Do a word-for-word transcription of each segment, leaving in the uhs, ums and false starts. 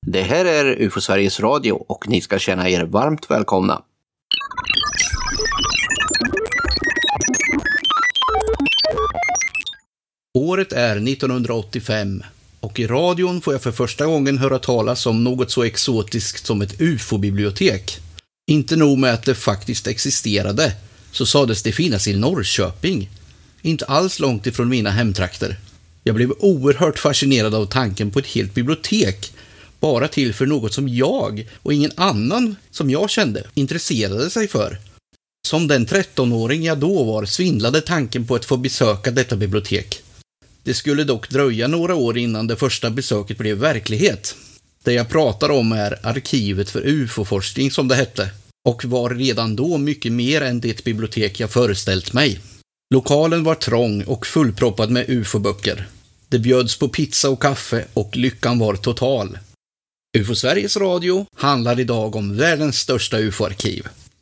Det här är U F O Sveriges Radio och ni ska känna er varmt välkomna. Året är nittonhundraåttiofem och i radion får jag för första gången höra talas om något så exotiskt som ett U F O-bibliotek. Inte nog med att det faktiskt existerade, så sades det finnas i Norrköping. Inte alls långt ifrån mina hemtrakter. Jag blev oerhört fascinerad av tanken på ett helt bibliotek, bara till för något som jag och ingen annan som jag kände intresserade sig för. Som den trettonåring jag då var svindlade tanken på att få besöka detta bibliotek. Det skulle dock dröja några år innan det första besöket blev verklighet. Det jag pratar om är arkivet för U F O-forskning som det hette, och var redan då mycket mer än det bibliotek jag föreställt mig. Lokalen var trång och fullproppad med U F O-böcker. Det bjöds på pizza och kaffe och lyckan var total. U F O Sveriges Radio handlar idag om världens största U F O-arkiv.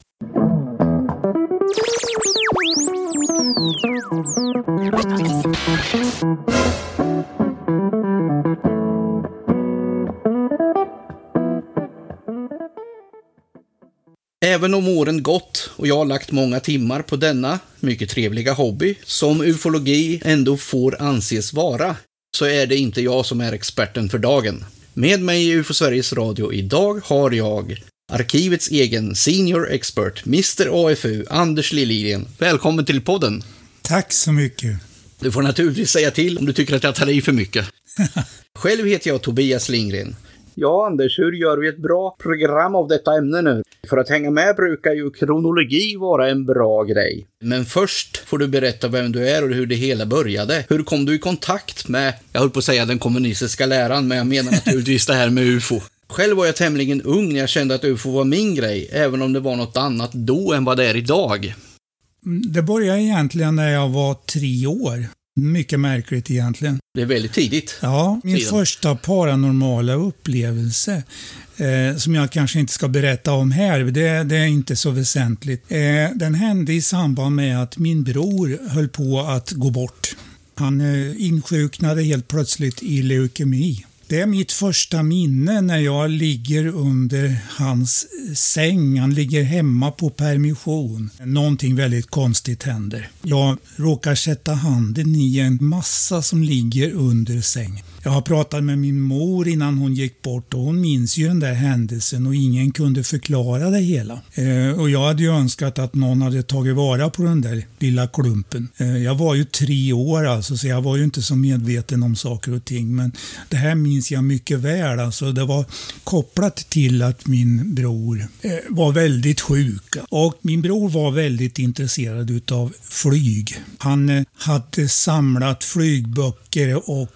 Även om åren gått och jag har lagt många timmar på denna mycket trevliga hobby som ufologi ändå får anses vara, så är det inte jag som är experten för dagen. Med mig i U F O Sveriges Radio idag har jag arkivets egen senior expert, mister A F U, Anders Liljegren. Välkommen till podden. Tack så mycket. Du får naturligtvis säga till om du tycker att jag tar i för mycket. Själv heter jag Tobias Lindgren. Ja, Anders, hur gör vi ett bra program av detta ämne nu? För att hänga med brukar ju kronologi vara en bra grej. Men först får du berätta vem du är och hur det hela började. Hur kom du i kontakt med, jag höll på att säga den kommunistiska läran, men jag menar naturligtvis det här med U F O. Själv var jag tämligen ung när jag kände att U F O var min grej, även om det var något annat då än vad det är idag. Det började egentligen när jag var tre år. Mycket märkligt egentligen. Det är väldigt tidigt. Ja, min Tiden. första paranormala upplevelse eh, som jag kanske inte ska berätta om här, det, det är inte så väsentligt. Eh, den hände i samband med att min bror höll på att gå bort. Han eh, insjuknade helt plötsligt i leukemi. Det är mitt första minne när jag ligger under hans säng. Han ligger hemma på permission. Någonting väldigt konstigt händer. Jag råkar sätta handen i en massa som ligger under sängen. Jag har pratat med min mor innan hon gick bort och hon minns ju den där händelsen och ingen kunde förklara det hela. Eh, och jag hade ju önskat att någon hade tagit vara på den där lilla klumpen. Eh, jag var ju tre år alltså, så jag var ju inte så medveten om saker och ting, men det här minns jag mycket väl. Alltså, det var kopplat till att min bror eh, var väldigt sjuk, och min bror var väldigt intresserad utav flyg. Han eh, hade samlat flygböcker och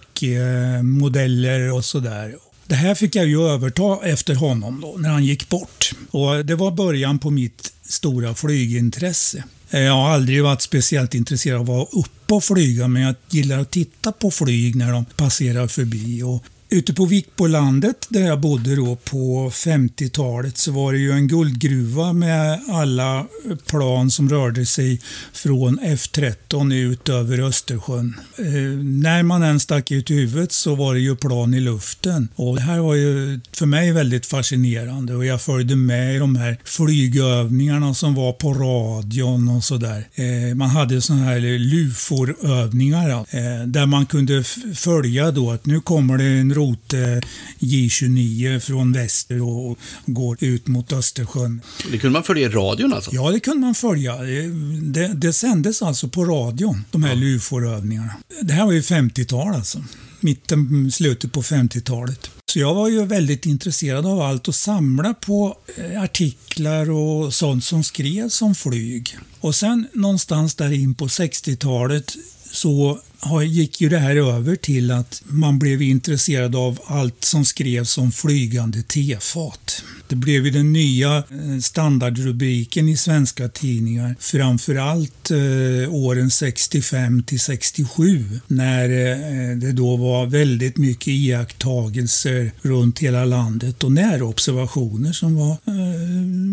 modeller och sådär. Det här fick jag ju överta efter honom då, när han gick bort. Och det var början på mitt stora flygintresse. Jag har aldrig varit speciellt intresserad av att vara uppe och flyga, men jag gillar att titta på flyg när de passerar förbi. Och ute på Vikbolandet där jag bodde då på femtiotalet så var det ju en guldgruva med alla plan som rörde sig från F tretton ut över Östersjön. Eh, när man än stack ut huvudet så var det ju plan i luften. Och det här var ju för mig väldigt fascinerande, och jag följde med i de här flygövningarna som var på radion och sådär. Eh, man hade såna här luforövningar eh, där man kunde f- följa då att nu kommer det en rote J tjugonio från väster och går ut mot Östersjön. Det kunde man följa i radion alltså? Ja, det kunde man följa. Det, det sändes alltså på radion, de här ja. U F O-övningarna. Det här var ju femtiotal alltså. Mitten, slutet på femtiotalet. Så jag var ju väldigt intresserad av allt och samla på artiklar och sånt som skrevs om flyg. Och sen någonstans där in på sextiotalet så gick ju det här över till att man blev intresserad av allt som skrevs om flygande tefat. Det blev ju den nya standardrubriken i svenska tidningar, framförallt eh, åren sextiofem till sextiosju, när eh, det då var väldigt mycket iakttagelser runt hela landet och nära observationer som var eh,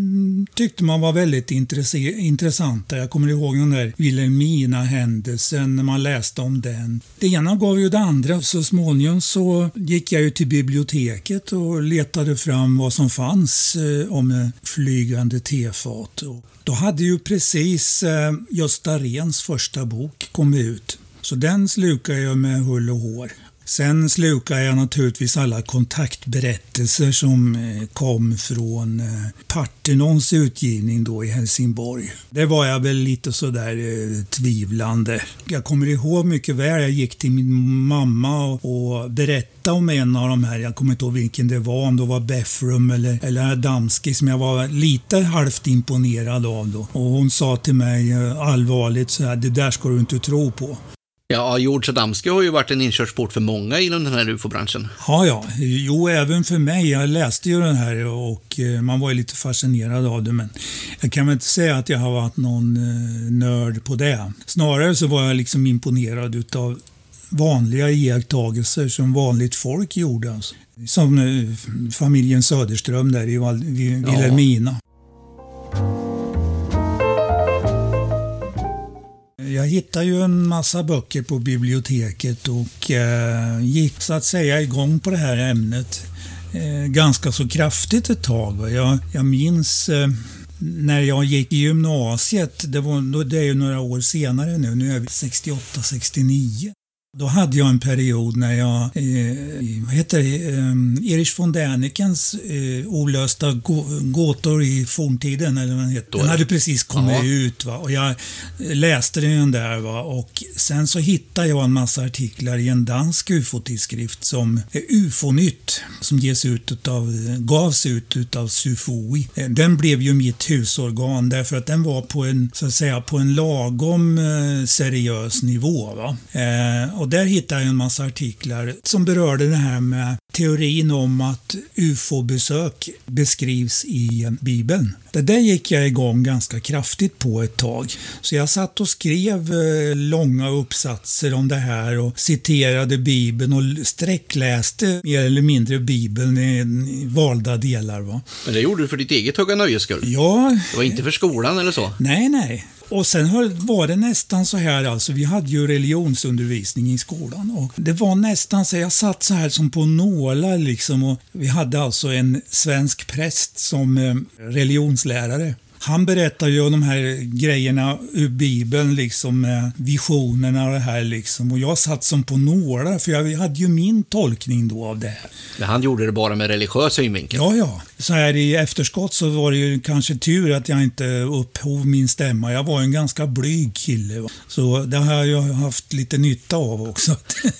tyckte man var väldigt intressanta. Jag kommer ihåg den där Wilhelmina-händelsen när man läste om den. Det ena gav ju det andra. Så småningom så gick jag ju till biblioteket och letade fram vad som fanns eh, om flygande tefat. Och då hade ju precis eh, Gösta Rehns första bok kommit ut. Så den slukade jag med hull och hår. Sen slukade jag naturligtvis alla kontaktberättelser som kom från Parthenons utgivning då i Helsingborg. Det var jag väl lite sådär tvivlande. Jag kommer ihåg mycket väl, jag gick till min mamma och berättade om en av de här. Jag kommer inte ihåg vilken det var, om det var Beffrum eller, eller Adamski som jag var lite halvt imponerad av då. Och hon sa till mig allvarligt så här: det där ska du inte tro på. Ja, George Adamski har ju varit en inkörsport för många inom den här U F O-branschen. Ja, ja. Jo, även för mig. Jag läste ju den här och man var ju lite fascinerad av det. Men jag kan väl inte säga att jag har varit någon nörd på det. Snarare så var jag liksom imponerad utav vanliga iakttagelser som vanligt folk gjorde. Alltså. Som familjen Söderström där i Vilhelmina. Ja. Jag hittade ju en massa böcker på biblioteket och eh, gick så att säga igång på det här ämnet eh, ganska så kraftigt ett tag. Jag, jag minns eh, när jag gick i gymnasiet, det, var, det är ju några år senare nu, nu är vi sextioåtta sextionio. Då hade jag en period när jag, eh, vad heter det, eh, Erich von Dänikens eh, olösta gåtor i forntiden, eller vad den heter. Den hade precis kommit ja. ut, va? Och jag läste den där, va? Och sen så hittade jag en massa artiklar i en dansk U F O-tidskrift som är U F O-nytt, som ges ut utav, gavs ut utav Sufoi. Den blev ju mitt husorgan därför att den var på en, så att säga, på en lagom eh, seriös nivå, va? Eh, och där hittade jag en massa artiklar som berörde det här med teorin om att U F O-besök beskrivs i Bibeln. Det där gick jag igång ganska kraftigt på ett tag. Så jag satt och skrev långa uppsatser om det här och citerade Bibeln och sträckläste mer eller mindre Bibeln i valda delar. Va? Men det gjorde du för ditt eget höga nöjes skull? Ja. Det var inte för skolan eller så? Nej, nej. Och sen var det nästan så här, alltså vi hade ju religionsundervisning i skolan och det var nästan så, jag satt så här som på nålar liksom, och vi hade alltså en svensk präst som eh, religionslärare. Han berättar ju om de här grejerna ur Bibeln, liksom med visionerna och det här liksom. Och jag satt som på nålar, för jag hade ju min tolkning då av det här. Men han gjorde det bara med religiös synvinkel? Ja, ja. Så här i efterskott så var det ju kanske tur att jag inte upphov min stämma. Jag var en ganska blyg kille. Va? Så det har jag haft lite nytta av också.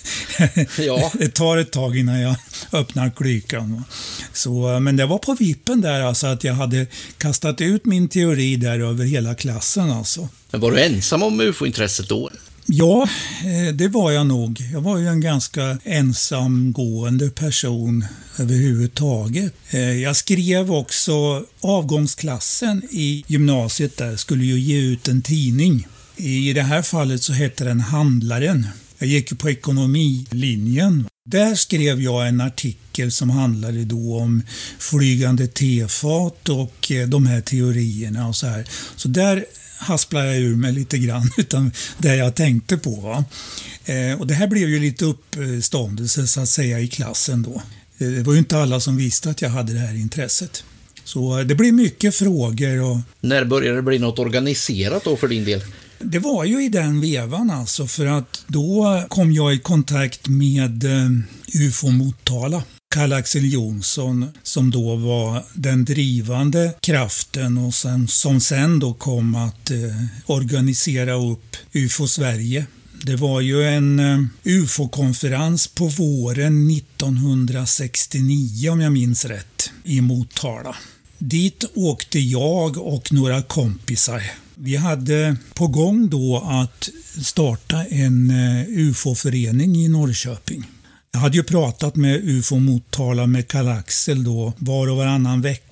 Ja. Det tar ett tag innan jag öppnar klykan. Va? Så, men det var på vippen där alltså, att jag hade kastat ut min teori där över hela klassen alltså. Men var du ensam om U F O-intresset då? Ja, det var jag nog. Jag var ju en ganska ensamgående person överhuvudtaget. Jag skrev också, avgångsklassen i gymnasiet där skulle ju ge ut en tidning. I det här fallet så hette den Handlaren. Jag gick på ekonomilinjen. Där skrev jag en artikel som handlade då om flygande tefat och de här teorierna och så här. Så där hasplade jag ur mig lite grann utan det jag tänkte på. Va? Eh, och det här blev ju lite uppståndelse så att säga i klassen då. Eh, det var ju inte alla som visste att jag hade det här intresset. Så det blev mycket frågor. Och... När började det bli något organiserat då för din del? Det var ju i den vevan alltså, för att då kom jag i kontakt med eh, U F O Motala. Karl-Axel Jonsson som då var den drivande kraften och sen, som sen då kom att eh, organisera upp U F O Sverige. Det var ju en eh, U F O-konferens på våren nittonhundrasextionio om jag minns rätt i Motala. Dit åkte jag och några kompisar. Vi hade på gång då att starta en U F O-förening i Norrköping. Jag hade ju pratat med U F O Motala med Karl-Axel då var och varannan vecka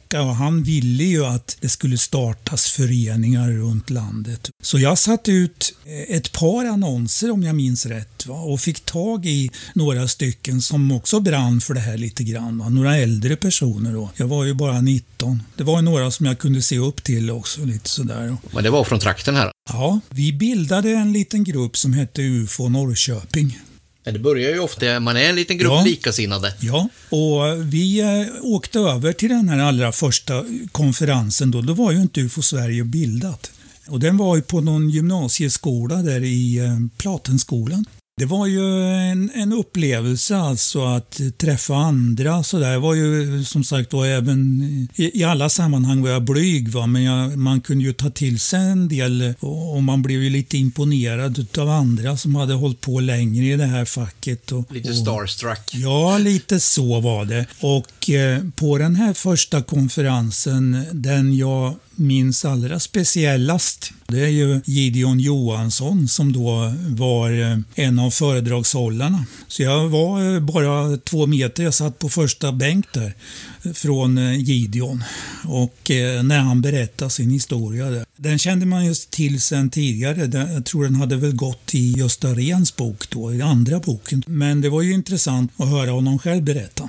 tillbaka och han ville ju att det skulle startas föreningar runt landet. Så jag satte ut ett par annonser om jag minns rätt, va? Och fick tag i några stycken som också brann för det här lite grann. Va? Några äldre personer då. Jag var ju bara nitton. Det var ju några som jag kunde se upp till också, lite sådär. Men det var från trakten här? Ja, vi bildade en liten grupp som hette U F O Norrköping. Det börjar ju ofta, man är en liten grupp ja. likasinnade. Ja, och vi eh, åkte över till den här allra första konferensen då. Då var ju inte U F O Sverige bildat. Och den var ju på någon gymnasieskola där i eh, Platenskolan. Det var ju en, en upplevelse alltså att träffa andra så där. Det var ju som sagt då även i, i alla sammanhang var jag blyg, va? Men jag, man kunde ju ta till sig en del och, och man blev ju lite imponerad av andra som hade hållit på längre i det här facket. Och, lite och, starstruck. Ja, lite så var det. Och eh, på den här första konferensen, den jag minns allra speciellast, det är ju Gideon Johansson som då var en av föredragshållarna. Så jag var bara två meter, jag satt på första bänk där från Gideon och när han berättade sin historia där. Den kände man just till sen tidigare, jag tror den hade väl gått i Gösta Rehns bok då, i andra boken. Men det var ju intressant att höra honom själv berätta.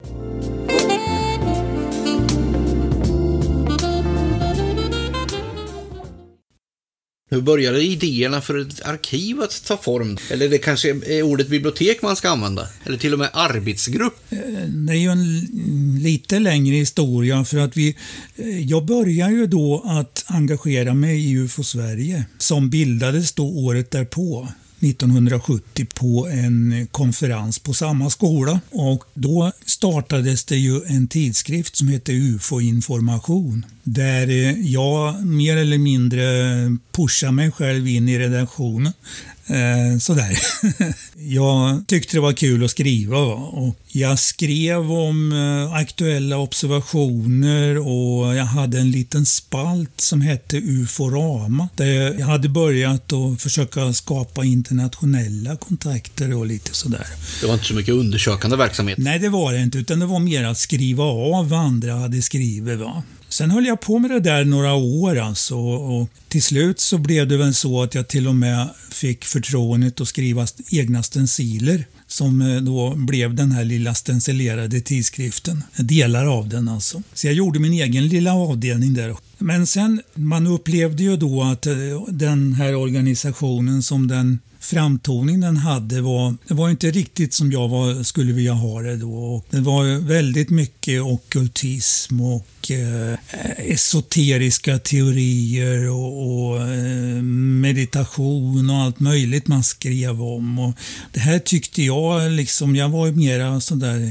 Hur började idéerna för ett arkiv att ta form? Eller det kanske är ordet bibliotek man ska använda? Eller till och med arbetsgrupp? Det är ju en lite längre historia för att vi... Jag började ju då att engagera mig i U F O Sverige som bildades då året därpå. nittonhundrasjuttio på en konferens på samma skola och då startades det ju en tidskrift som heter U F O-information där jag mer eller mindre pushade mig själv in i redaktionen. Eh, sådär. Jag tyckte det var kul att skriva, va? Och jag skrev om eh, aktuella observationer och jag hade en liten spalt som hette Uforama där jag hade börjat att försöka skapa internationella kontakter och lite sådär. Det var inte så mycket undersökande verksamhet? Nej, det var det inte, utan det var mer att skriva av vad andra hade skrivit, va? Sen höll jag på med det där några år alltså, och till slut så blev det väl så att jag till och med fick förtroendet att skriva egna stenciler som då blev den här lilla stencilerade tidskriften. Delar av den alltså. Så jag gjorde min egen lilla avdelning där. Men sen, man upplevde ju då att den här organisationen som den framtoning den hade var, det var inte riktigt som jag var, skulle vilja ha det då. Och det var väldigt mycket ockultism och eh, esoteriska teorier och, och eh, meditation och allt möjligt man skrev om. Och det här tyckte jag liksom, jag var mera sådär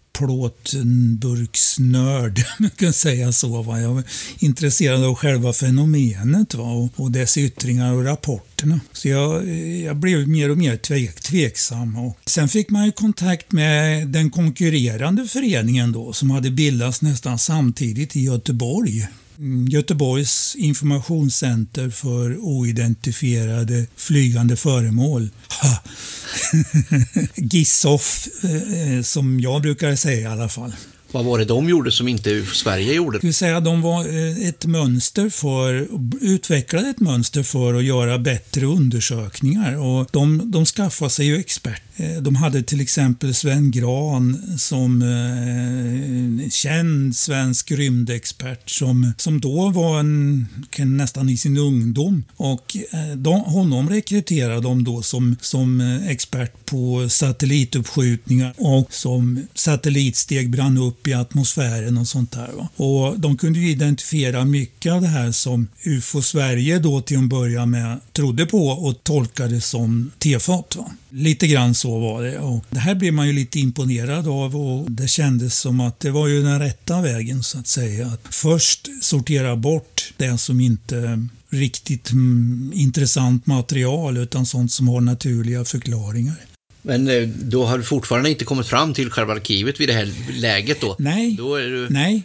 plåtburksnörd, man kan säga så. Va? Jag var intresserad av själva fenomenet, va? Och, och dess yttringar och rapporterna. Så jag, jag blev mer och mer tvek, tveksam. Och sen fick man ju kontakt med den konkurrerande föreningen då, som hade bildats nästan samtidigt i Göteborg. Göteborgs informationscenter för oidentifierade flygande föremål. Gissoff, som jag brukar säga i alla fall. Vad var det de gjorde som inte Sverige gjorde? Jag vill säga, de var ett mönster för, utvecklade ett mönster för att göra bättre undersökningar. Och de, de skaffade sig ju expert. De hade till exempel Sven Gran som eh, känd svensk rymdexpert som, som då var en, nästan i sin ungdom. Och eh, de, honom rekryterade de då som, som expert på satellituppskjutningar och som satellitsteg brann upp i atmosfären och sånt där. Va? Och de kunde ju identifiera mycket av det här som U F O Sverige då till en början med trodde på och tolkade som tefat. Va? Lite grann så var det. Och det här blev man ju lite imponerad av och det kändes som att det var ju den rätta vägen så att säga. Att först sortera bort det som inte riktigt mm, intressant material utan sånt som har naturliga förklaringar. Men då har du fortfarande inte kommit fram till själva arkivet vid det här läget då? Nej, då är du... nej.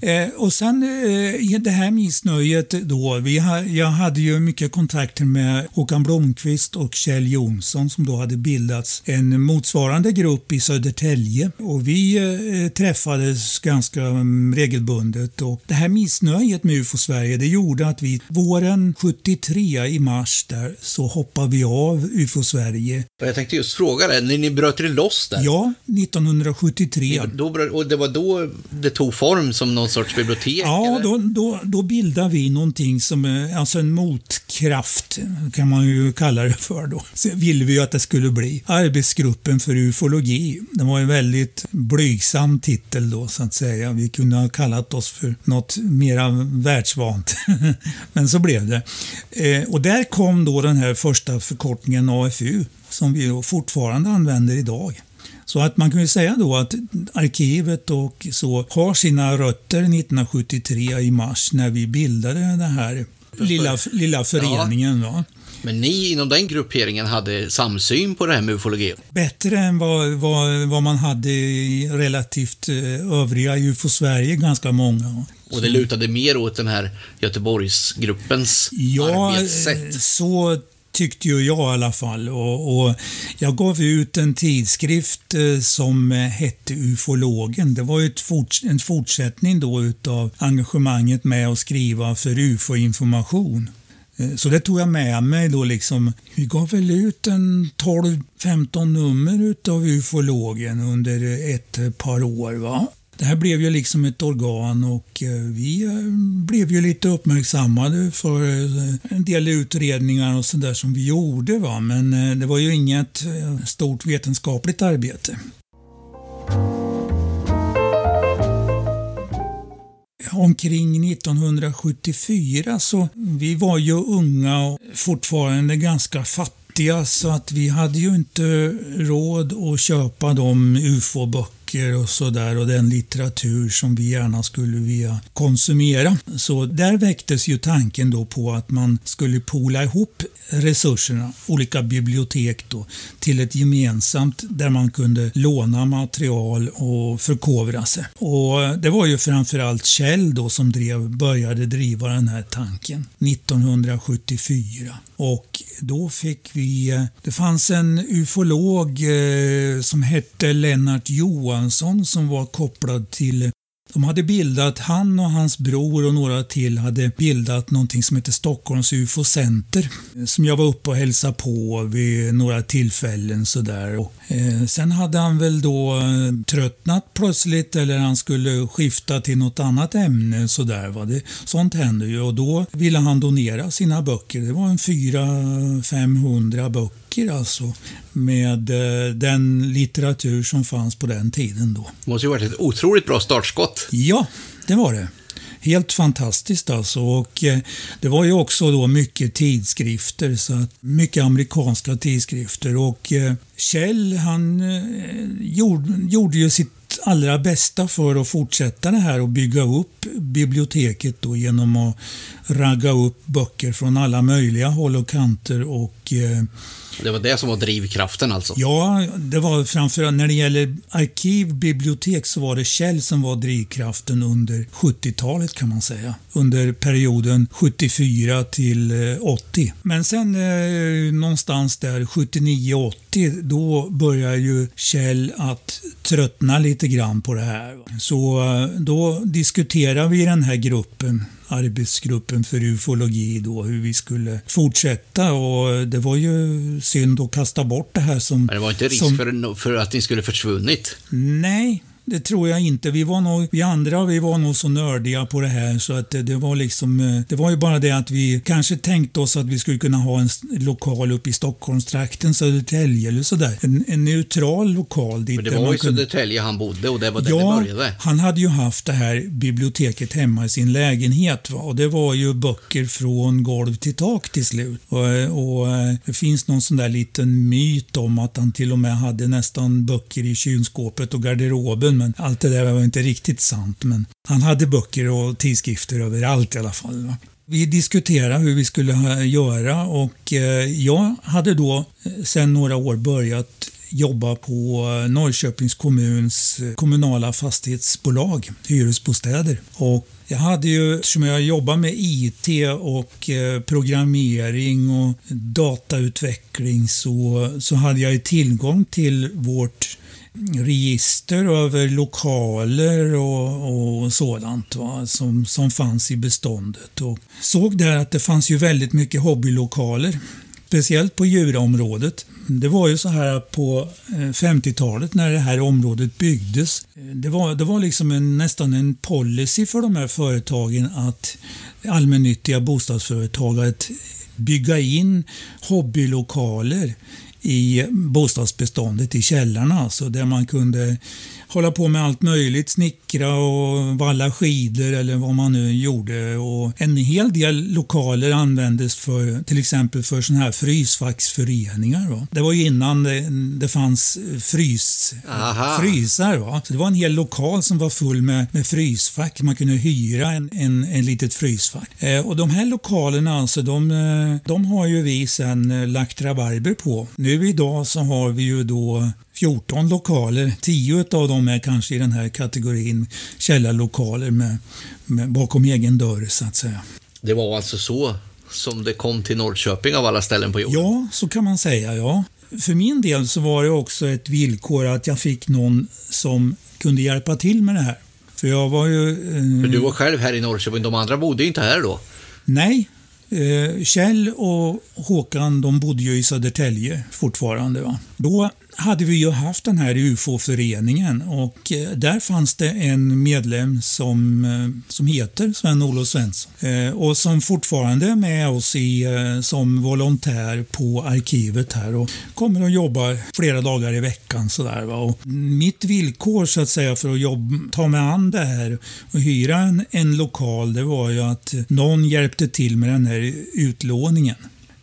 Eh, och sen eh, det här missnöjet då, vi ha, jag hade ju mycket kontakter med Håkan Blomqvist och Kjell Jonsson som då hade bildats en motsvarande grupp i Södertälje, och vi eh, träffades ganska um, regelbundet, och det här missnöjet med U F O Sverige, det gjorde att vi våren sjuttiotre i mars där så hoppade vi av U F O Sverige. Jag tänkte just fråga det, när ni bröt er loss där? Ja, nittonhundrasjuttiotre. Då, och det var då det tog form som någon sorts bibliotek? Ja, då, då, då bildade vi någonting som, alltså en motkraft kan man ju kalla det för då. Så ville vi ju att det skulle bli Arbetsgruppen för ufologi. Det var en väldigt blygsam titel då så att säga. Vi kunde ha kallat oss för något mera världsvant. Men så blev det. Eh, och där kom då den här första förkortningen A F U som vi då fortfarande använder idag. Så att man kan ju säga då att arkivet och så har sina rötter nittonhundrasjuttiotre i mars när vi bildade den här lilla, lilla föreningen. Ja. Va? Men ni inom den grupperingen hade samsyn på det här med ufologi? Bättre än vad, vad, vad man hade i relativt övriga U F O Sverige, ganska många. Och det lutade mer åt den här Göteborgsgruppens ja, arbetssätt? Ja, så tyckte ju jag i alla fall. Och, och jag gav ut en tidskrift eh, som hette Ufologen. Det var ju ett forts- en fortsättning då utav engagemanget med att skriva för U F O-information. Eh, så det tog jag med mig då liksom. Vi gav väl ut en tolv femton nummer utav Ufologen under ett par år, va? Det här blev ju liksom ett organ, och vi blev ju lite uppmärksammade för en del utredningar och sådär som vi gjorde, va? Men det var ju inget stort vetenskapligt arbete. Omkring nittonhundrasjuttiofyra så vi var ju unga och fortfarande ganska fattiga, så att vi hade ju inte råd att köpa de U F O-böcker och sådär och den litteratur som vi gärna skulle vilja konsumera. Så där väcktes ju tanken då på att man skulle pola ihop resurserna, olika bibliotek då, till ett gemensamt där man kunde låna material och förkovra sig. Och det var ju framförallt Kjell då som drev, började driva den här tanken nittonhundrasjuttiofyra. Och då fick vi, det fanns en ufolog eh, som hette Lennart Johansson som var kopplad till, de hade bildat, han och hans bror och några till hade bildat någonting som heter Stockholms U F O-center som jag var uppe och hälsade på vid några tillfällen sådär. Och, eh, sen hade han väl då eh, tröttnat plötsligt, eller han skulle skifta till något annat ämne sådär, va? Det, sånt hände ju, och då ville han donera sina böcker. Det var en fyra femhundra böcker alltså, med eh, den litteratur som fanns på den tiden då. Det måste ju varit ett otroligt bra startskott. Ja, det var det. Helt fantastiskt alltså, och eh, det var ju också då mycket tidskrifter, så att mycket amerikanska tidskrifter, och eh, Kjell han eh, gjorde, gjorde ju sitt allra bästa för att fortsätta det här och bygga upp biblioteket då genom att ragga upp böcker från alla möjliga håll och kanter, och eh, det var det som var drivkraften alltså? Ja, det var framförallt när det gäller arkiv, bibliotek, så var det Kjell som var drivkraften under sjuttiotalet kan man säga. Under perioden sjuttiofyra till åttio. Men sen eh, någonstans där sjuttionio åttio, då börjar ju Kjell att tröttna lite grann på det här. Så eh, då diskuterar vi i den här gruppen, arbetsgruppen för ufologi då, hur vi skulle fortsätta, och det var ju synd att kasta bort det här som... Men det var inte risk som, för, för att ni skulle försvunnit? Nej, det tror jag inte. Vi var nog, vi andra, vi var nog så nördiga på det här, så att det, det var liksom, det var ju bara det att vi kanske tänkte oss att vi skulle kunna ha en lokal uppe i Stockholmstrakten, Södertälje eller sådär. En, en neutral lokal dit. Men det var ju kunde... Södertälje han bodde, och det var där ja, det började. Han hade ju haft det här biblioteket hemma i sin lägenhet, va? Och det var ju böcker från golv till tak till slut. Och, och det finns någon sån där liten myt om att han till och med hade nästan böcker i kylskåpet och garderoben. Men allt det där var inte riktigt sant. Men han hade böcker och tidskrifter överallt i alla fall. Va? Vi diskuterade hur vi skulle göra, och jag hade då sedan några år börjat jobba på Norrköpings kommuns kommunala fastighetsbolag, hyresbostäder. Och jag hade ju, eftersom jag jobbar med I T och programmering och datautveckling, så, så hade jag ju tillgång till vårt register över lokaler och, och sådant, va, som, som fanns i beståndet. Och såg där att det fanns ju väldigt mycket hobbylokaler, speciellt på djurområdet. Det var ju så här på femtiotalet när det här området byggdes. Det var, det var liksom en, nästan en policy för de här företagen att allmännyttiga bostadsföretag att bygga in hobbylokaler i bostadsbeståndet i källarna, alltså där man kunde hålla på med allt möjligt, snickra och valla skidor eller vad man nu gjorde. Och en hel del lokaler användes för till exempel för såna här frysfacksföreningar. Va? Det var ju innan det, det fanns frys, frysar. Va? Så det var en hel lokal som var full med, med frysfack. Man kunde hyra en, en, en litet frysfack. Eh, och de här lokalerna, alltså, de, de har ju vi sen lagt rabarber på. Nu idag så har vi ju då fjorton lokaler, tio av dem är kanske i den här kategorin källarlokaler med, med bakom egen dörr, så att säga. Det var alltså så som det kom till Norrköping av alla ställen på jorden? Ja, så kan man säga, ja. För min del så var det också ett villkor att jag fick någon som kunde hjälpa till med det här. För jag var ju... Eh... Men du var själv här i Norrköping, de andra bodde inte här då? Nej. Kjell och Håkan, de bodde ju i Södertälje fortfarande. Va? Då hade vi ju haft den här U F O-föreningen och där fanns det en medlem som, som heter Sven-Olof Svensson och som fortfarande är med oss i, som volontär på arkivet här och kommer att jobba flera dagar i veckan. Sådär, va? Och mitt villkor så att säga för att jobba, ta mig an det här och hyra en, en lokal, det var ju att någon hjälpte till med den här utlåningen.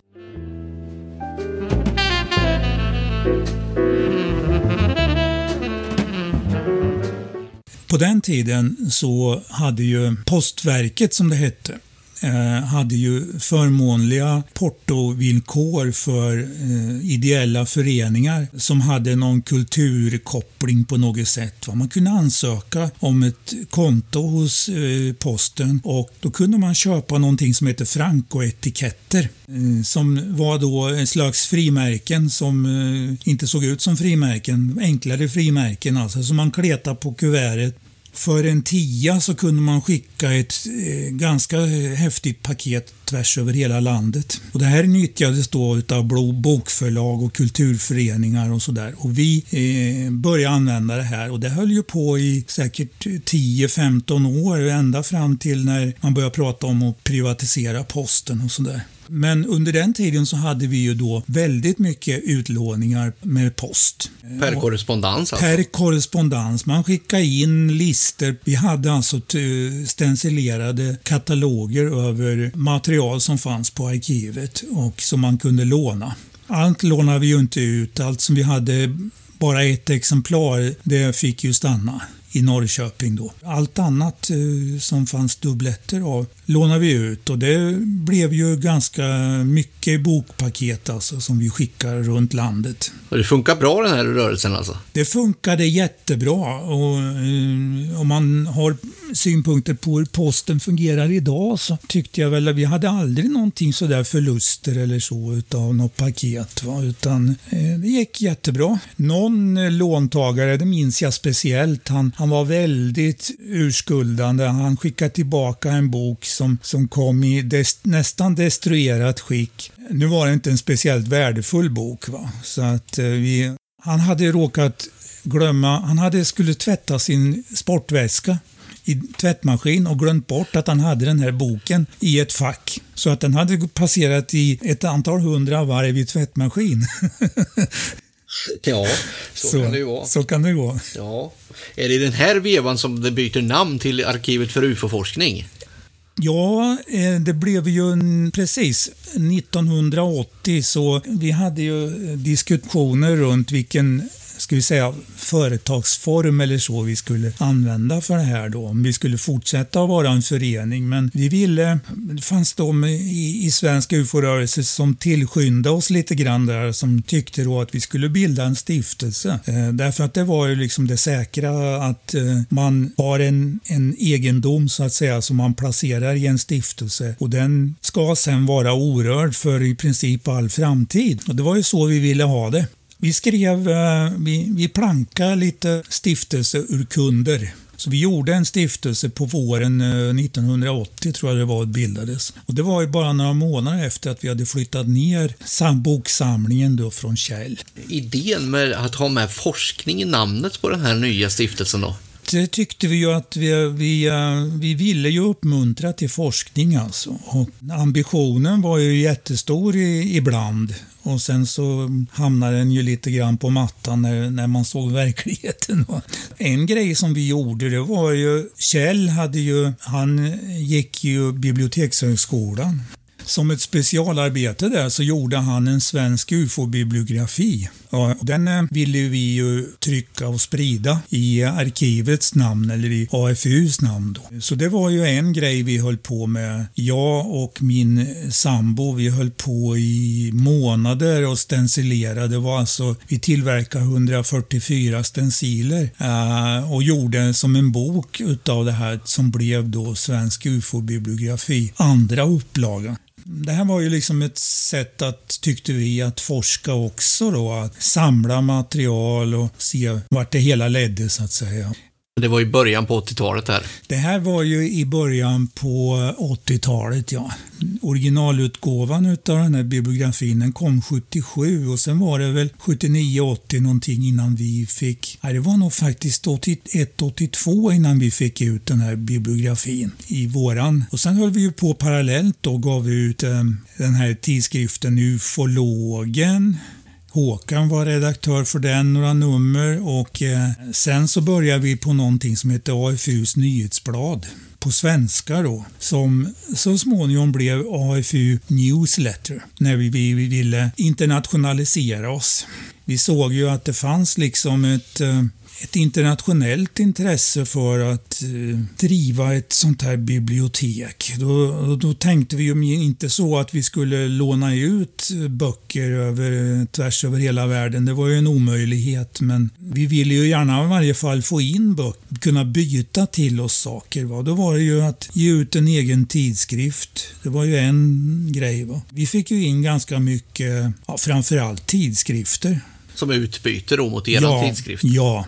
På den tiden så hade ju Postverket, som det hette, eh, hade ju förmånliga portovillkor för eh, ideella föreningar som hade någon kulturkoppling på något sätt. Va? Man kunde ansöka om ett konto hos eh, posten och då kunde man köpa någonting som heter frankoetiketter eh, som var då en slags frimärken som eh, inte såg ut som frimärken, enklare frimärken alltså, som man kletade på kuvertet. För en tia så kunde man skicka ett eh, ganska häftigt paket tvärs över hela landet. Och det här nyttjades då av bokförlag och kulturföreningar och sådär. Och vi eh, började använda det här och det höll ju på i säkert tio femton år, ända fram till när man började prata om att privatisera posten och sådär. Men under den tiden så hade vi ju då väldigt mycket utlåningar med post. Per korrespondens alltså? Per korrespondens. Man skickade in lister. Vi hade alltså stencilerade kataloger över material som fanns på arkivet och som man kunde låna. Allt lånade vi ju inte ut. Allt som vi hade, bara ett exemplar, det fick ju stanna i Norrköping då. Allt annat eh, som fanns dubbletter av lånade vi ut och det blev ju ganska mycket bokpaket alltså, som vi skickar runt landet. Och det funkar bra den här rörelsen alltså? Det funkade jättebra och eh, om man har synpunkter på hur posten fungerar idag så tyckte jag väl att vi hade aldrig någonting så där förluster eller så utav något paket, va? Utan eh, det gick jättebra. Någon eh, låntagare, det minns jag speciellt, han, han var väldigt urskuldande. Han skickade tillbaka en bok som, som kom i des, nästan destruerat skick. Nu var det inte en speciellt värdefull bok, va? Så att eh, vi, han hade råkat glömma, han hade skulle tvätta sin sportväska i tvättmaskin och glömt bort att han hade den här boken i ett fack. Så att den hade passerat i ett antal hundra varv i tvättmaskin. Ja, så, så kan det ju vara. Så kan det gå. Ja. Är det den här vevan som det byter namn till Arkivet för U F O-forskning? Ja, det blev ju en, precis nittonhundraåttio så vi hade ju diskussioner runt vilken ska vi säga, företagsform eller så vi skulle använda för det här då. Om vi skulle fortsätta att vara en förening. Men vi ville, det fanns de i, i svenska U F O-rörelse som tillskyndade oss lite grann där, som tyckte då att vi skulle bilda en stiftelse. Eh, därför att det var ju liksom det säkra att eh, man har en, en egendom så att säga som man placerar i en stiftelse och den ska sen vara orörd för i princip all framtid. Och det var ju så vi ville ha det. Vi skrev, vi, vi plankade lite stiftelseurkunder. Så vi gjorde en stiftelse på våren nittonhundraåttio tror jag det var, bildades. Och det var ju bara några månader efter att vi hade flyttat ner boksamlingen då från Kjell. Idén med att ha med forskning i namnet på den här nya stiftelsen då? Det tyckte vi ju att vi, vi, vi ville ju uppmuntra till forskning alltså. Och ambitionen var ju jättestor i, ibland. Och sen så hamnade den ju lite grann på mattan när, när man såg verkligheten. En grej som vi gjorde, det var ju, Kjell hade ju, han gick ju bibliotekshögskolan. Som ett specialarbete där så gjorde han en svensk U F O-bibliografi. Ja, den ville vi ju trycka och sprida i arkivets namn eller i A F U:s namn då. Så det var ju en grej vi höll på med. Jag och min sambo, vi höll på i månader och stencilerade. Det var alltså, vi tillverkade hundrafyrtiofyra stenciler äh, och gjorde som en bok utav det här som blev då svensk U F O-bibliografi. Andra upplagan. Det här var ju liksom ett sätt att, tyckte vi, att forska också då, att samla material och se vart det hela ledde så att säga. Det var i början på åttiotalet här. Det här var ju i början på åttiotalet, ja. Originalutgåvan utav den här bibliografin den kom sjuttiosju och sen var det väl sjuttionio åttio någonting innan vi fick, nej det var nog faktiskt åttioett åttiotvå innan vi fick ut den här bibliografin i våran. Och sen höll vi ju på parallellt då, gav vi ut eh, den här tidskriften Ufologen. Håkan var redaktör för den, några nummer, och eh, sen så började vi på någonting som heter A F U:s nyhetsblad på svenska då, som så småningom blev A F U Newsletter när vi, vi, vi ville internationalisera oss. Vi såg ju att det fanns liksom ett eh, ett internationellt intresse för att eh, driva ett sånt här bibliotek. Då, då tänkte vi ju inte så att vi skulle låna ut böcker över, tvärs över hela världen. Det var ju en omöjlighet, men vi ville ju gärna i varje fall få in böcker, kunna byta till oss saker. Va? Då var det ju att ge ut en egen tidskrift. Det var ju en grej. Va? Vi fick ju in ganska mycket, ja, framförallt tidskrifter. Som utbyte då mot er ja, tidskrift? Ja.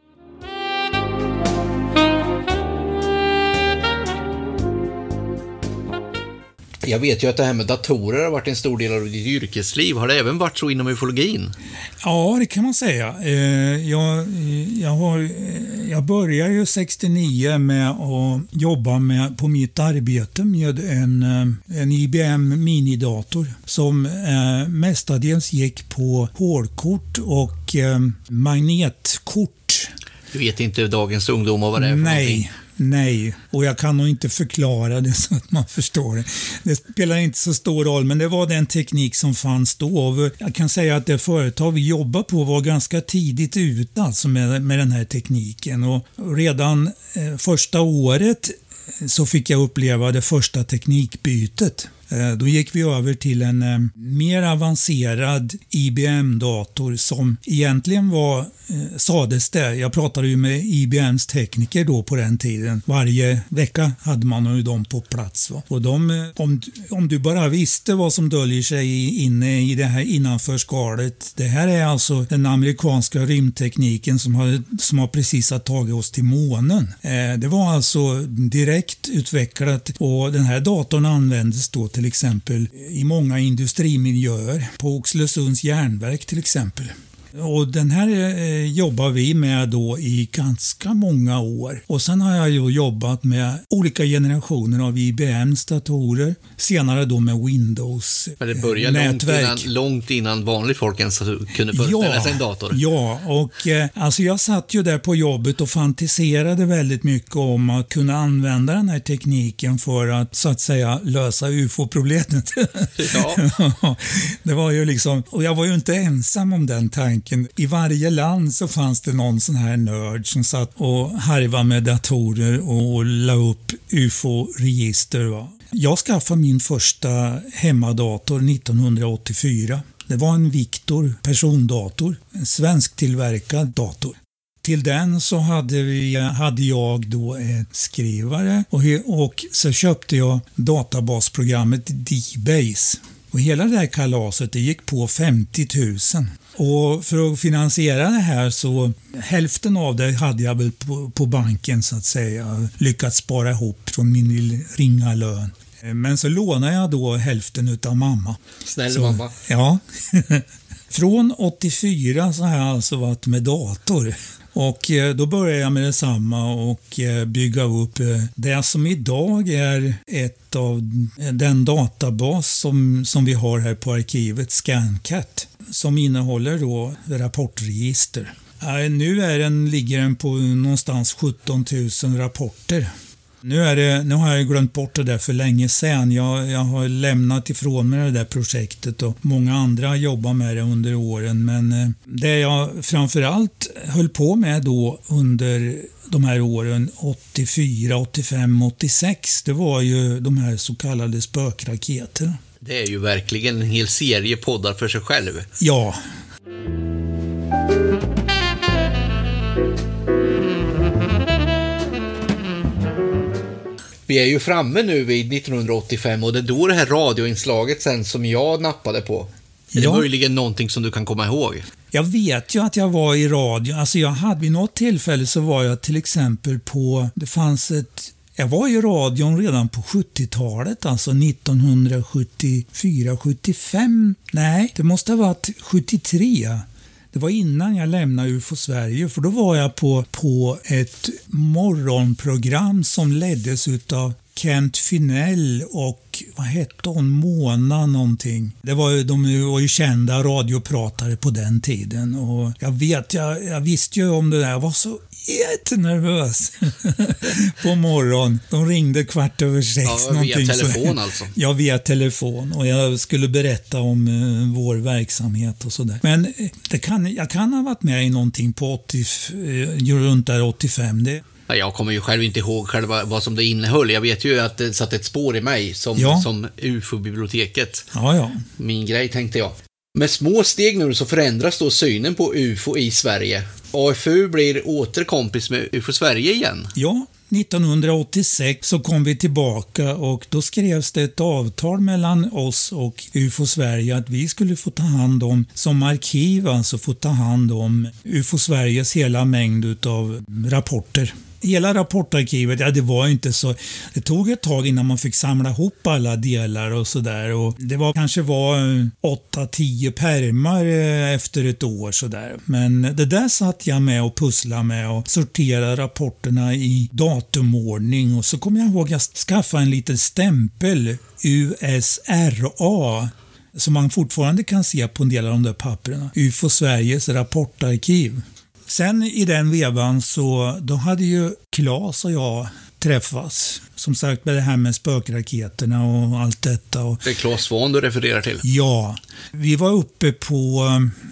Jag vet ju att det här med datorer har varit en stor del av ditt yrkesliv. Har det även varit så inom ufologin? Ja, det kan man säga. Jag, jag, har, jag började ju sextionio med att jobba med, på mitt arbete med en, en I B M minidator som mestadels gick på hårdkort och magnetkort. Du vet inte dagens ungdomar vad det är för Nej. någonting? Nej, och jag kan nog inte förklara det så att man förstår det. Det spelar inte så stor roll, men det var den teknik som fanns då. Jag kan säga att det företag vi jobbar på var ganska tidigt ute alltså med, med den här tekniken. Och redan eh, första året så fick jag uppleva det första teknikbytet. Då gick vi över till en eh, mer avancerad I B M-dator som egentligen var, eh, sades det, jag pratade ju med I B M:s tekniker då på den tiden. Varje vecka hade man ju dem på plats. Va? Och de, om, om du bara visste vad som döljer sig inne i det här innanför skalet, det här är alltså den amerikanska rymdtekniken som har, som har precis har tagit oss till månen. Eh, det var alltså direkt utvecklat och den här datorn användes då till exempel i många industrimiljöer, på Oxelösunds järnverk till exempel. Och den här eh, jobbar vi med då i ganska många år. Och sen har jag ju jobbat med olika generationer av I B M:s datorer. Senare då med Windows Men det började långt nätverk. innan, långt innan vanlig folk ens kunde föreställa ja, sig en dator. Ja, och eh, alltså jag satt ju där på jobbet och fantiserade väldigt mycket om att kunna använda den här tekniken för att så att säga lösa U F O-problemet. Ja. Det var ju liksom, och jag var ju inte ensam om den tanken. tanken. I varje land så fanns det någon sån här nörd som satt och harvade med datorer och la upp U F O-register. Va? Jag skaffade min första hemmadator nittonhundraåttiofyra. Det var en Victor persondator, en svensktillverkad dator. Till den så hade, vi, hade jag då ett skrivare och, och så köpte jag databasprogrammet D-Base. Och hela det här kalaset det gick på femtio tusen. Och för att finansiera det här så hälften av det hade jag väl på, på banken så att säga lyckats spara ihop från min ringa lön. Men så lånade jag då hälften utav mamma. Snäll så, mamma. Ja. Från åttiofyra så har jag alltså varit med dator. Och då började jag med detsamma och bygga upp det som idag är ett av den databas som, som vi har här på arkivet, ScanCat, som innehåller då rapportregister. Nu är den, ligger den på någonstans sjutton tusen rapporter. Nu, är det, nu har jag glömt bort det där för länge sedan. Jag, jag har lämnat ifrån mig det där projektet och många andra jobbar med det under åren. Men det jag framförallt höll på med då under de här åren åttiofyra, åttiofem, åttiosex, det var ju de här så kallade spökraketerna. Det är ju verkligen en hel serie poddar för sig själv. Ja. Vi är ju framme nu vid nittonhundraåttiofem och det är då det här radioinslaget sen som jag nappade på. Är det ja. möjligen någonting som du kan komma ihåg? Jag vet ju att jag var i radio. Alltså jag hade vid något tillfälle så var jag till exempel på, det fanns ett, jag var i radion redan på sjuttiotalet, alltså nittonhundrasjuttiofyra sjuttiofem. Nej, det måste ha varit sjuttiotre. Det var innan jag lämnade U F O Sverige, för då var jag på, på ett morgonprogram som leddes utav Kent Finell och vad hette hon, Mona någonting. Det var ju, de var ju kända radiopratare på den tiden och jag vet, jag, jag visste ju om det där. Jag var så jättenervös på morgon. De ringde kvart över sex. Ja, via telefon alltså. Ja, via telefon och jag skulle berätta om uh, vår verksamhet och sådär. Men uh, det kan, jag kan ha varit med i någonting på åttio, uh, runt där åttiofem. Det Jag kommer ju själv inte ihåg själva vad som det innehöll. Jag vet ju att det satt ett spår i mig som, ja. som U F O-biblioteket. Ja, ja. Min grej, tänkte jag. Med små steg nu så förändras då synen på U F O i Sverige. A F U blir åter kompis med U F O Sverige igen. Ja, nittonhundraåttiosex så kom vi tillbaka och då skrevs det ett avtal mellan oss och U F O Sverige att vi skulle få ta hand om, som arkiv alltså få ta hand om U F O Sveriges hela mängd utav rapporter. Hela rapportarkivet, ja det var inte så, det tog ett tag innan man fick samla ihop alla delar och sådär och det var kanske var åtta tio pärmar efter ett år sådär. Men det där satt jag med och pusslade med och sorterade rapporterna i datumordning och så kom jag ihåg att jag skaffade en liten stämpel U S R A som man fortfarande kan se på en del av de där papperna. U F O Sveriges rapportarkiv. Sen i den vevan så då hade ju Claes och jag träffats. Som sagt med det här med spökraketerna och allt detta. Och, det är Claes Svahn du refererar till. Ja, vi var uppe på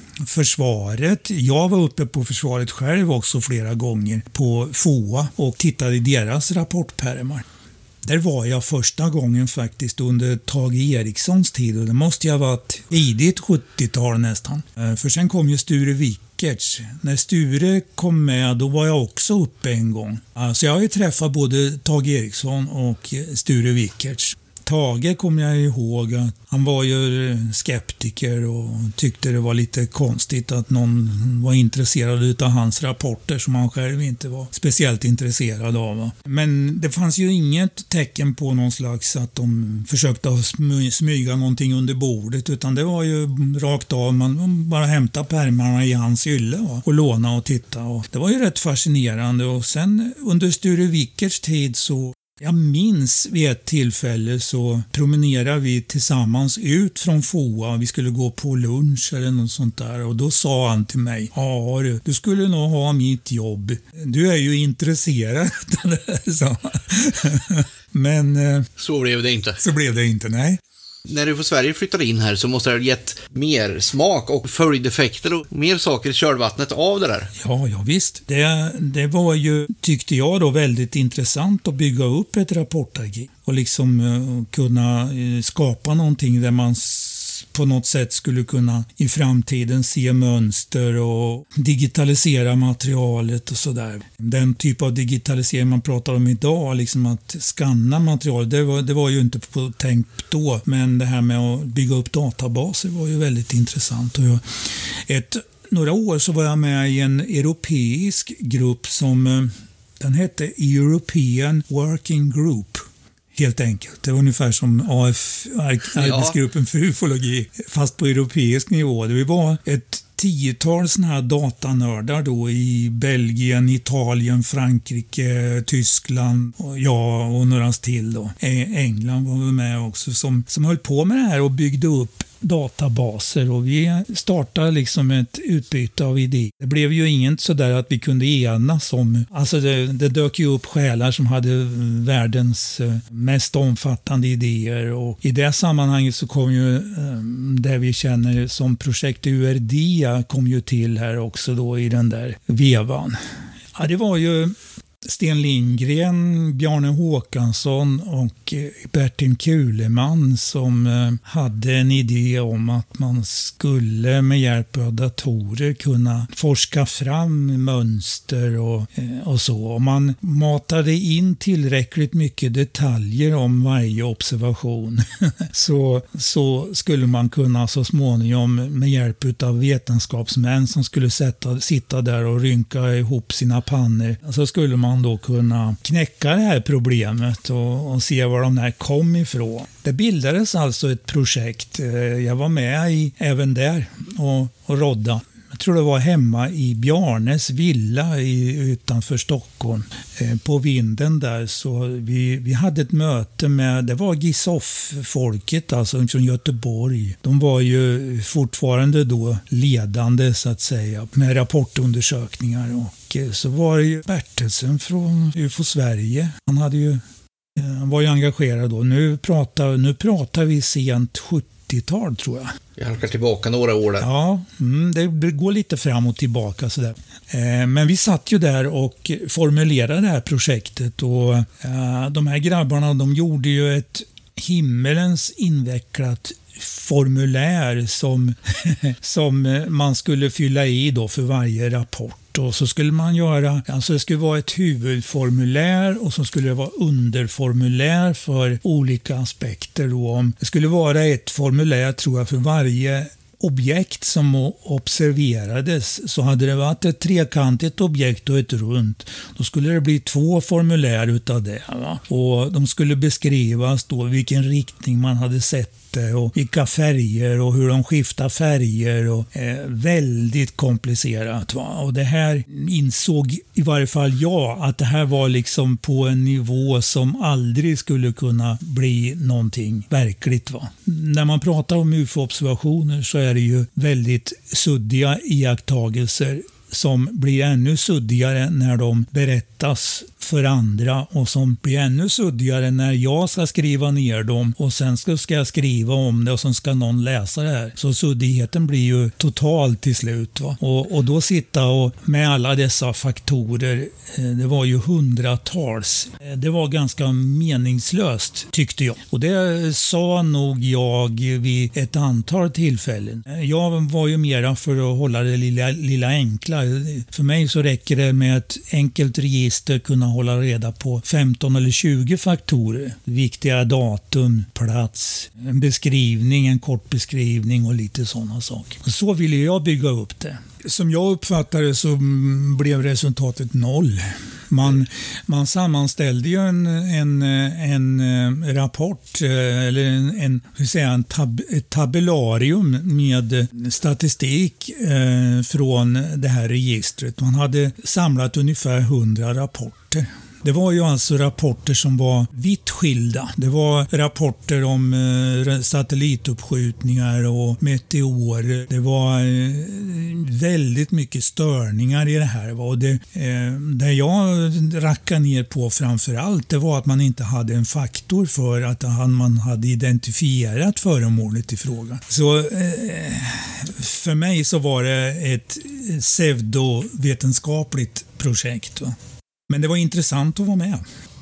försvaret. Jag var uppe på försvaret själv också flera gånger på F O A och tittade i deras rapportpärmar. Där var jag första gången faktiskt under Tage Erikssons tid och det måste ju ha varit tidigt sjuttiotal nästan. För sen kom ju Sture Wickertz. När Sture kom med då var jag också uppe en gång. Så jag har ju träffat både Tage Eriksson och Sture Wickertz. Tage kommer jag ihåg att han var ju skeptiker och tyckte det var lite konstigt att någon var intresserad utav hans rapporter som han själv inte var speciellt intresserad av. Men det fanns ju inget tecken på någon slags att de försökte smyga någonting under bordet utan det var ju rakt av, man bara hämtade pärmarna i hans hylle och låna och titta och det var ju rätt fascinerande och sen under Sture Wickertz tid så jag minns vid ett tillfälle så promenerade vi tillsammans ut från F O A. Vi skulle gå på lunch eller något sånt där. Och då sa han till mig, ja du, du skulle nog ha mitt jobb. Du är ju intresserad av det här, sa han. Men så blev det inte. Så blev det inte, nej. När du från Sverige flyttade in här så måste det ha gett mer smak och följdeffekter och mer saker i kölvattnet av det där. Ja, ja visst. Det, det var ju, tyckte jag då, väldigt intressant att bygga upp ett rapportarkiv och liksom uh, kunna uh, skapa någonting där man på något sätt skulle kunna i framtiden se mönster och digitalisera materialet och sådär. Den typ av digitalisering man pratar om idag, liksom att skanna material, det var, det var ju inte på tänkt då, men det här med att bygga upp databaser var ju väldigt intressant. Och jag, ett, några år så var jag med i en europeisk grupp som den hette European Working Group. Helt enkelt. Det var ungefär som A F, arbetsgruppen för ufologi, fast på europeisk nivå. Det var ett tiotal sådana här datanördar då i Belgien, Italien, Frankrike, Tyskland och ja, och några till då. England var vi med också som, som höll på med det här och byggde upp databaser, och vi startade liksom ett utbyte av idéer. Det blev ju inget sådär att vi kunde enas om, alltså det, det dök ju upp själar som hade världens mest omfattande idéer, och i det sammanhanget så kom ju det vi känner som projekt U R D kom ju till här också då i den där vevan. Ja, det var ju Sten Lindgren, Bjarne Håkansson och Bertil Kuleman som hade en idé om att man skulle med hjälp av datorer kunna forska fram mönster och, och så. Om man matade in tillräckligt mycket detaljer om varje observation så, så skulle man kunna så småningom med hjälp av vetenskapsmän som skulle sätta, sitta där och rynka ihop sina pannor, så skulle man då kunna knäcka det här problemet och, och se var de här kom ifrån. Det bildades alltså ett projekt. Jag var med i, även där och, och rodda. Jag tror det var hemma i Bjarnes villa i, utanför Stockholm. Eh, på vinden där så vi, vi hade ett möte med, det var Gisoff-folket alltså från Göteborg. De var ju fortfarande då ledande så att säga med rapportundersökningar, och eh, så var det ju Bertelsen från U F O Sverige. Han hade ju, eh, han var ju engagerad då. Nu pratar, nu pratar vi sent sjuttiotal tror jag. Jag halkar tillbaka några år där. Ja, mm, det går lite fram och tillbaka sådär. Eh, men vi satt ju där och formulerade det här projektet, och eh, de här grabbarna, de gjorde ju ett himmelens invecklat formulär som, som man skulle fylla i då för varje rapport. Och så skulle man göra, alltså det skulle vara ett huvudformulär och så skulle det vara underformulär för olika aspekter då. Det skulle vara ett formulär tror jag för varje objekt som observerades. Så hade det varit ett trekantigt objekt och ett runt, då skulle det bli två formulär utav det. Va? Och de skulle beskrivas då vilken riktning man hade sett och vilka färger och hur de skiftar färger, och eh, väldigt komplicerat. Va? Och det här insåg i varje fall jag att det här var liksom på en nivå som aldrig skulle kunna bli någonting verkligt. Va? När man pratar om U F O-observationer så är det ju väldigt suddiga iakttagelser som blir ännu suddigare när de berättas för andra, och som blir ännu suddigare när jag ska skriva ner dem och sen ska jag skriva om det och sen ska någon läsa det här. Så suddigheten blir ju total till slut. Va? Och, och då sitta och med alla dessa faktorer, det var ju hundratals. Det var ganska meningslöst tyckte jag. Och det sa nog jag vid ett antal tillfällen. Jag var ju mera för att hålla det lilla, lilla enkla. För mig så räcker det med ett enkelt register kunna hålla reda på femton eller tjugo faktorer. Viktiga datum, plats, en beskrivning, en kort beskrivning och lite sådana saker. Så ville jag bygga upp det. Som jag uppfattade så blev resultatet noll. Man, man sammanställde ju en, en, en rapport eller en, en, hur säger jag, en tab, ett tabellarium med statistik eh, från det här registret. Man hade samlat ungefär hundra rapporter. Det var ju alltså rapporter som var vitt skilda. Det var rapporter om eh, satellituppskjutningar och meteorer. Det var eh, väldigt mycket störningar i det här. Och det, eh, det jag rackade ner på framför allt, det var att man inte hade en faktor för att man hade identifierat föremålet i fråga. Så eh, för mig så var det ett pseudovetenskapligt projekt. Va? Men det var intressant att vara med.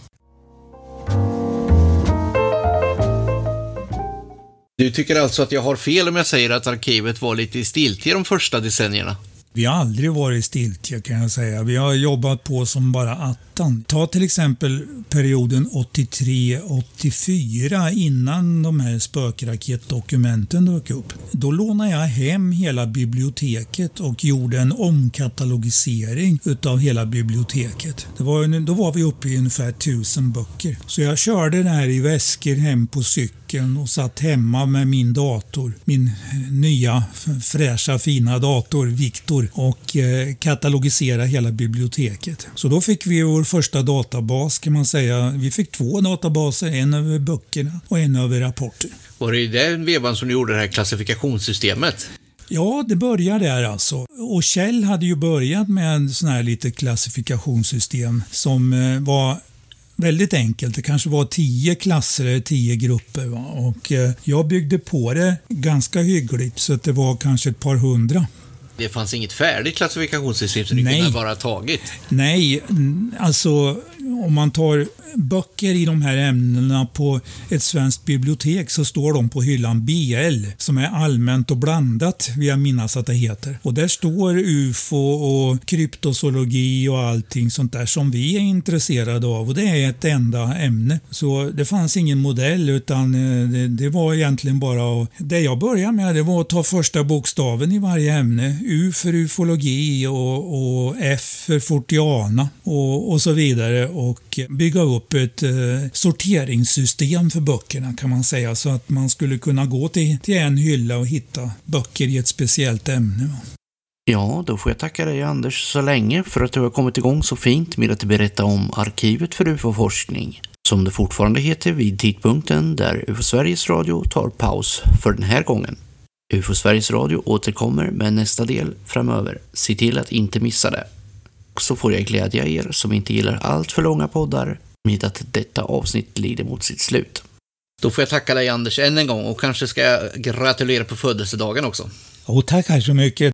Du tycker alltså att jag har fel om jag säger att arkivet var lite stiltje de första decennierna? Vi har aldrig varit stiltje, kan jag säga. Vi har jobbat på som bara attan. Ta till exempel perioden åttiotre åttiofyra, innan de här spökraketdokumenten dök upp. Då lånade jag hem hela biblioteket och gjorde en omkatalogisering utav hela biblioteket. Det var, då var vi uppe i ungefär tusen böcker. Så jag körde det här i väskor hem på cykeln och satt hemma med min dator. Min nya fräscha fina dator, Victor, och eh, katalogisera hela biblioteket. Så då fick vi vår första databas, kan man säga. Vi fick två databaser, en över böckerna och en över rapporter. Var det i den vevan som du gjorde det här klassifikationssystemet? Ja, det började där alltså. Och Kjell hade ju börjat med en sån här lite klassifikationssystem som eh, var väldigt enkelt. Det kanske var tio klasser eller tio grupper. Va? Och eh, jag byggde på det ganska hyggligt, så att det var kanske ett par hundra. Det fanns inget färdigt klassifikationssystem som du Nej. kunde bara tagit? Nej, alltså om man tar böcker i de här ämnena på ett svenskt bibliotek så står de på hyllan B L, som är allmänt och blandat, vill jag minnas att det heter. Och där står U F O och kryptozoologi och allting sånt där som vi är intresserade av, och det är ett enda ämne. Så det fanns ingen modell, utan det, det var egentligen bara att, det jag började med, det var att ta första bokstaven i varje ämne. U för ufologi och, och F för fortiana och, och så vidare, och bygga upp ett eh, sorteringssystem för böckerna, kan man säga, så att man skulle kunna gå till, till en hylla och hitta böcker i ett speciellt ämne. Va? Ja, då får jag tacka dig, Anders, så länge för att du har kommit igång så fint med att berätta om arkivet för U F O-forskning, som det fortfarande heter vid tidpunkten där U F O Sveriges Radio tar paus för den här gången. U F O Sveriges Radio återkommer med nästa del framöver. Se till att inte missa det. Så får jag glädja er som inte gillar allt för långa poddar med att detta avsnitt lider mot sitt slut. Då får jag tacka dig, Anders, än en gång, och kanske ska jag gratulera på födelsedagen också. Och tackar så mycket.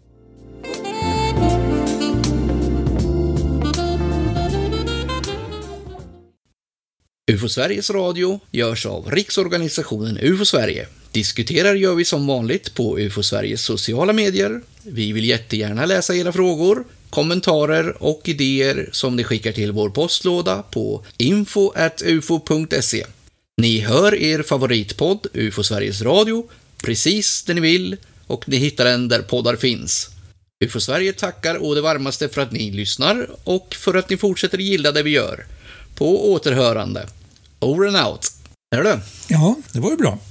U F O Sveriges Radio görs av Riksorganisationen U F O Sverige. Diskuterar gör vi som vanligt på U F O Sveriges sociala medier. Vi vill jättegärna läsa era frågor, kommentarer och idéer som ni skickar till vår postlåda på info at ufo punkt se. Ni hör er favoritpodd U F O Sveriges Radio precis där ni vill, och ni hittar den där poddar finns. U F O Sverige tackar å det varmaste för att ni lyssnar och för att ni fortsätter gilla det vi gör. På återhörande. Over and out. Är det? Ja, det var ju bra.